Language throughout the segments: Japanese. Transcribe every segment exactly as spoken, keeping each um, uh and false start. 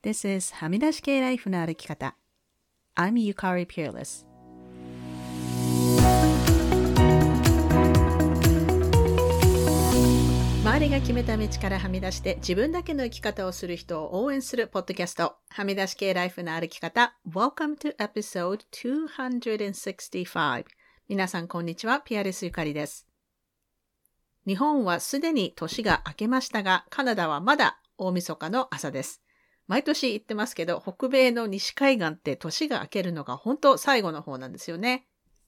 This is はみ出し系ライフの歩き方。I'm Yukari Peerless。周りが決めた道からはみ出して自分だけの生き方をする人を応援するポッドキャスト、はみ出し系ライフの歩き方。Welcome to episode two sixty-five。皆さんこんにちは、ピアレスゆかりです。日本はすでに年が明けましたが、カナダはまだ大晦日の朝です。毎年言ってますけど、北米の西海岸って年が明けるのが本当最後の方なんですよね。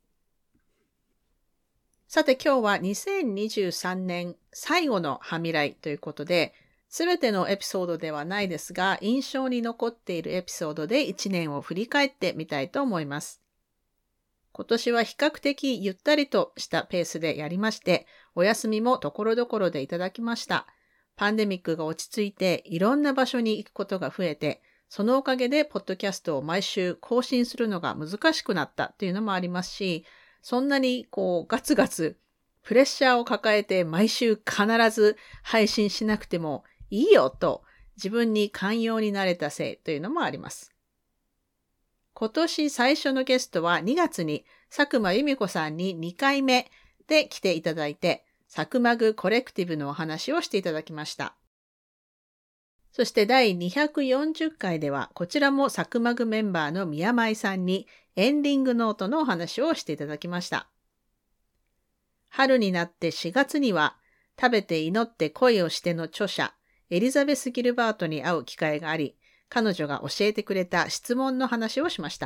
さて今日はにせんにじゅうさんねん最後のはみらいということで、すべてのエピソードではないですが、印象に残っているエピソードでいちねんを振り返ってみたいと思います。今年は比較的ゆったりとしたペースでやりまして、お休みもところどころでいただきました。パンデミックが落ち着いて、いろんな場所に行くことが増えて、そのおかげでポッドキャストを毎週更新するのが難しくなったっていうのもありますし、そんなにこうガツガツプレッシャーを抱えて毎週必ず配信しなくてもいいよと自分に寛容になれたせいというのもあります。今年最初のゲストはにがつに佐久間由美子さんににかいめで来ていただいて、サクマグコレクティブのお話をしていただきました。そしてだいにひゃくよんじゅっかいでは、こちらもサクマグメンバーの宮舞さんにエンディングノートのお話をしていただきました。春になってしがつには、食べて祈って恋をしての著者、エリザベス・ギルバートに会う機会があり、彼女が教えてくれた質問の話をしました。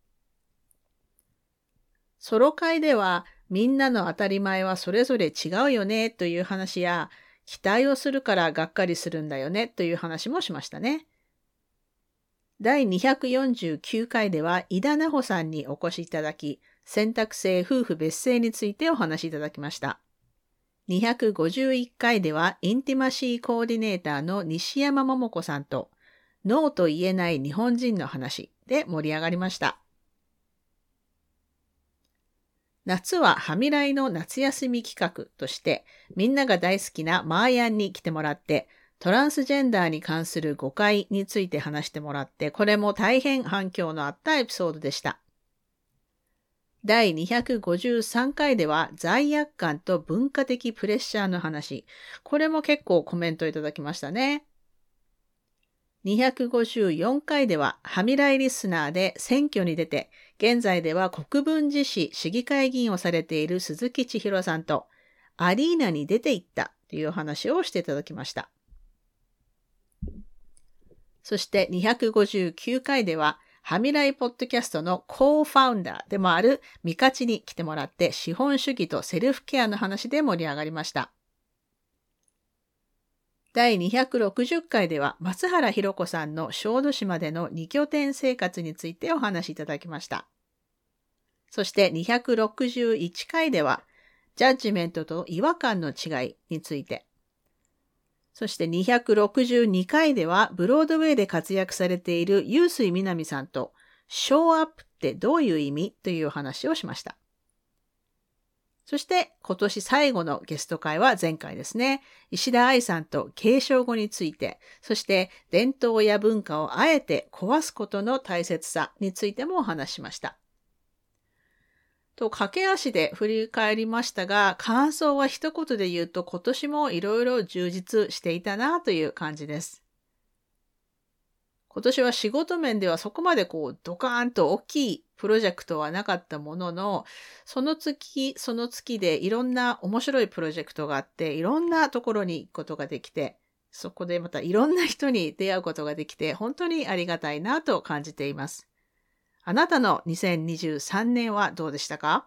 ソロ会では、みんなの当たり前はそれぞれ違うよねという話や、期待をするからがっかりするんだよねという話もしましたね。だいにひゃくよんじゅうきゅうかいでは井田奈穂さんにお越しいただき、選択制夫婦別姓についてお話しいただきました。にひゃくごじゅういっかいではインティマシーコーディネーターの西山桃子さんと、ノーと言えない日本人の話で盛り上がりました。夏ははみらいの夏休み企画として、みんなが大好きなマーヤンに来てもらって、トランスジェンダーに関する誤解について話してもらって、これも大変反響のあったエピソードでした。だいにひゃくごじゅうさんかいでは罪悪感と文化的プレッシャーの話。これも結構コメントいただきましたね。にひゃくごじゅうよんかいでははみらいリスナーで選挙に出て、現在では国分寺市市議会議員をされている鈴木千尋さんとアリーナに出て行ったという話をしていただきました。そしてにひゃくごじゅうきゅうかいでははみらいポッドキャストのコーファウンダーでもあるミカチに来てもらって資本主義とセルフケアの話で盛り上がりました。だいにひゃくろくじゅっかいでは松原ひろ子さんの小豆島でのに拠点生活についてお話しいただきました。そしてにひゃくろくじゅういっかいではジャッジメントと違和感の違いについて。そしてにひゃくろくじゅうにかいではブロードウェイで活躍されているユースイみなみさんとショーアップってどういう意味という話をしました。そして今年最後のゲスト会は前回ですね。石田愛さんと継承語について、そして伝統や文化をあえて壊すことの大切さについてもお話ししました。と駆け足で振り返りましたが、感想は一言で言うと今年もいろいろ充実していたなという感じです。今年は仕事面ではそこまでこうドカーンと大きいプロジェクトはなかったものの、その月その月でいろんな面白いプロジェクトがあって、いろんなところに行くことができて、そこでまたいろんな人に出会うことができて、本当にありがたいなと感じています。あなたのにせんにじゅうさんねんはどうでしたか？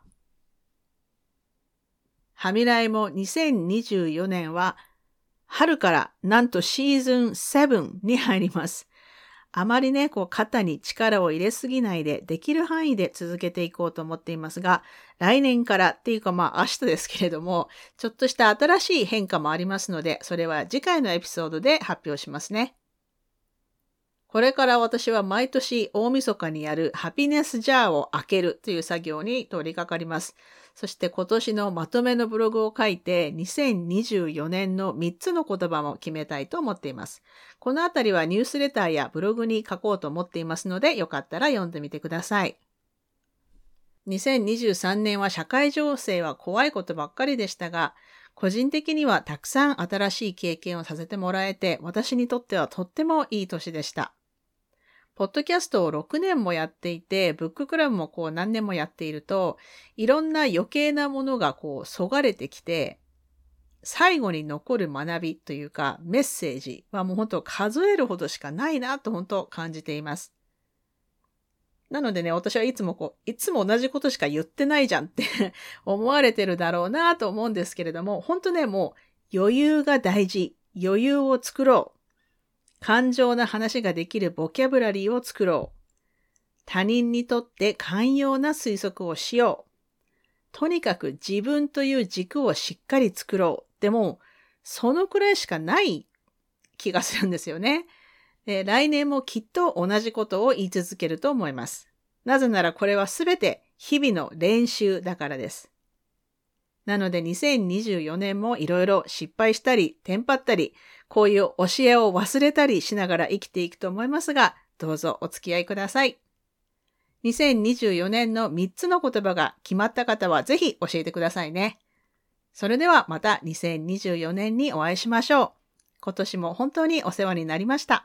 はみらいもにせんにじゅうよねんは春からなんとシーズンななに入ります。あまりね、こう肩に力を入れすぎないで、できる範囲で続けていこうと思っていますが、来年からっていうかまあ明日ですけれども、ちょっとした新しい変化もありますので、それは次回のエピソードで発表しますね。これから私は毎年大晦日にやるハピネスジャーを開けるという作業に取り掛かります。 そして今年のまとめのブログを書いて、にせんにじゅうよねんのみっつの言葉も決めたいと思っています。このあたりはニュースレターやブログに書こうと思っていますので、よかったら読んでみてください。にせんにじゅうさんねんは社会情勢は怖いことばっかりでしたが、個人的にはたくさん新しい経験をさせてもらえて、私にとってはとってもいい年でした。ポッドキャストをろくねんもやっていて、ブッククラブもこう何年もやっていると、いろんな余計なものがこうそがれてきて、最後に残る学びというかメッセージはもう本当数えるほどしかないなと本当感じています。なのでね、私はいつもこう、いつも同じことしか言ってないじゃんって思われてるだろうなと思うんですけれども、本当ね、もう余裕が大事。余裕を作ろう。感情な話ができるボキャブラリーを作ろう。他人にとって寛容な推測をしよう。とにかく自分という軸をしっかり作ろう。でも、そのくらいしかない気がするんですよね。で、来年もきっと同じことを言い続けると思います。なぜならこれはすべて日々の練習だからです。なのでにせんにじゅうよねんもいろいろ失敗したり、テンパったり、こういう教えを忘れたりしながら生きていくと思いますが、どうぞお付き合いください。にせんにじゅうよねんのみっつの言葉が決まった方はぜひ教えてくださいね。それではまたにせんにじゅうよねんにお会いしましょう。今年も本当にお世話になりました。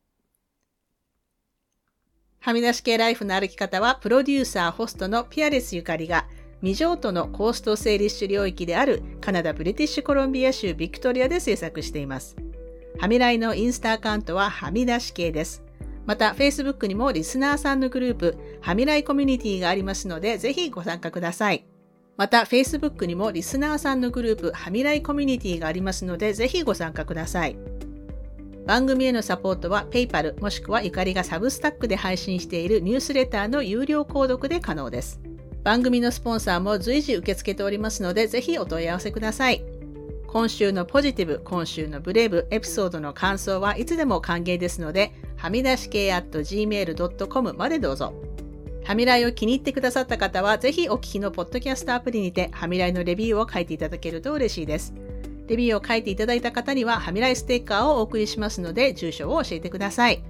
はみ出し系ライフの歩き方は、プロデューサー、ホストのピアレスゆかりが、未譲渡のコーストセーリッシュ領域であるカナダ・ブリティッシュコロンビア州ビクトリアで制作しています。はみらいのインスタアカウントははみ出し系です。また、Facebook にもリスナーさんのグループ、はみらいコミュニティがありますので、ぜひご参加ください。また、Facebook にもリスナーさんのグループ、はみらいコミュニティがありますので、ぜひご参加ください。番組へのサポートは PayPal もしくはゆかりがサブスタックで配信しているニュースレターの有料購読で可能です。番組のスポンサーも随時受け付けておりますので、ぜひお問い合わせください。今週のポジティブ、今週のブレイブ、エピソードの感想はいつでも歓迎ですので、はみ出し系 アットジーメールドットコム までどうぞ。はみらいを気に入ってくださった方は、ぜひお聞きのポッドキャストアプリにて、はみらいのレビューを書いていただけると嬉しいです。レビューを書いていただいた方には、はみらいステッカーをお送りしますので、住所を教えてください。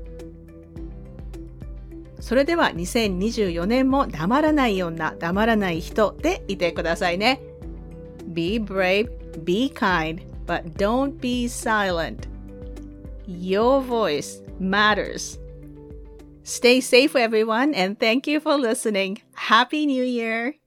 それではにせんにじゅうよねんも黙らない女、黙らない人でいてくださいね。Be brave, be kind, but don't be silent. Your voice matters. Stay safe, everyone, and thank you for listening. Happy New Year!